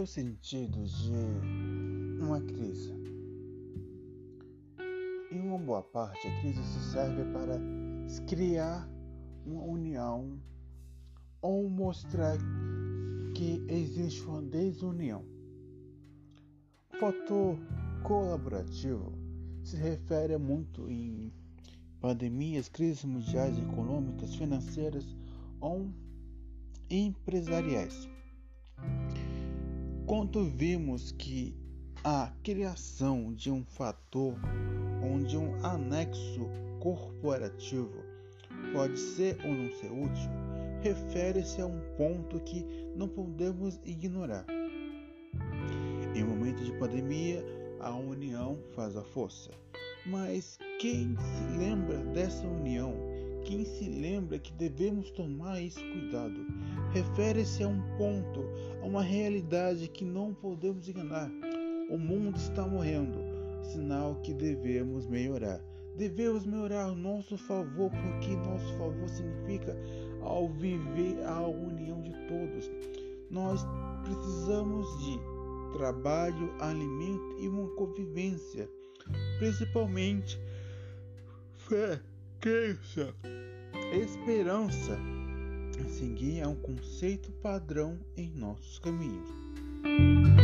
sentido de uma crise? Em uma boa parte, a crise se serve para criar uma união ou mostrar que existe uma desunião. O fator colaborativo se refere muito em pandemias, crises mundiais econômicas, financeiras ou empresariais. Quando vimos que a criação de um fator onde um anexo corporativo pode ser ou não ser útil, refere-se a um ponto que não podemos ignorar. Em momentos de pandemia, a união faz a força. Mas quem se lembra dessa união? Quem se lembra que devemos tomar esse cuidado? Refere-se a um ponto, a uma realidade que não podemos ignorar. O mundo está morrendo, sinal que devemos melhorar. Devemos melhorar ao nosso favor, porque nosso favor significa ao viver a união de todos. Nós precisamos de trabalho, alimento e uma convivência, principalmente fé, crença, esperança. Seguir é um conceito padrão em nossos caminhos.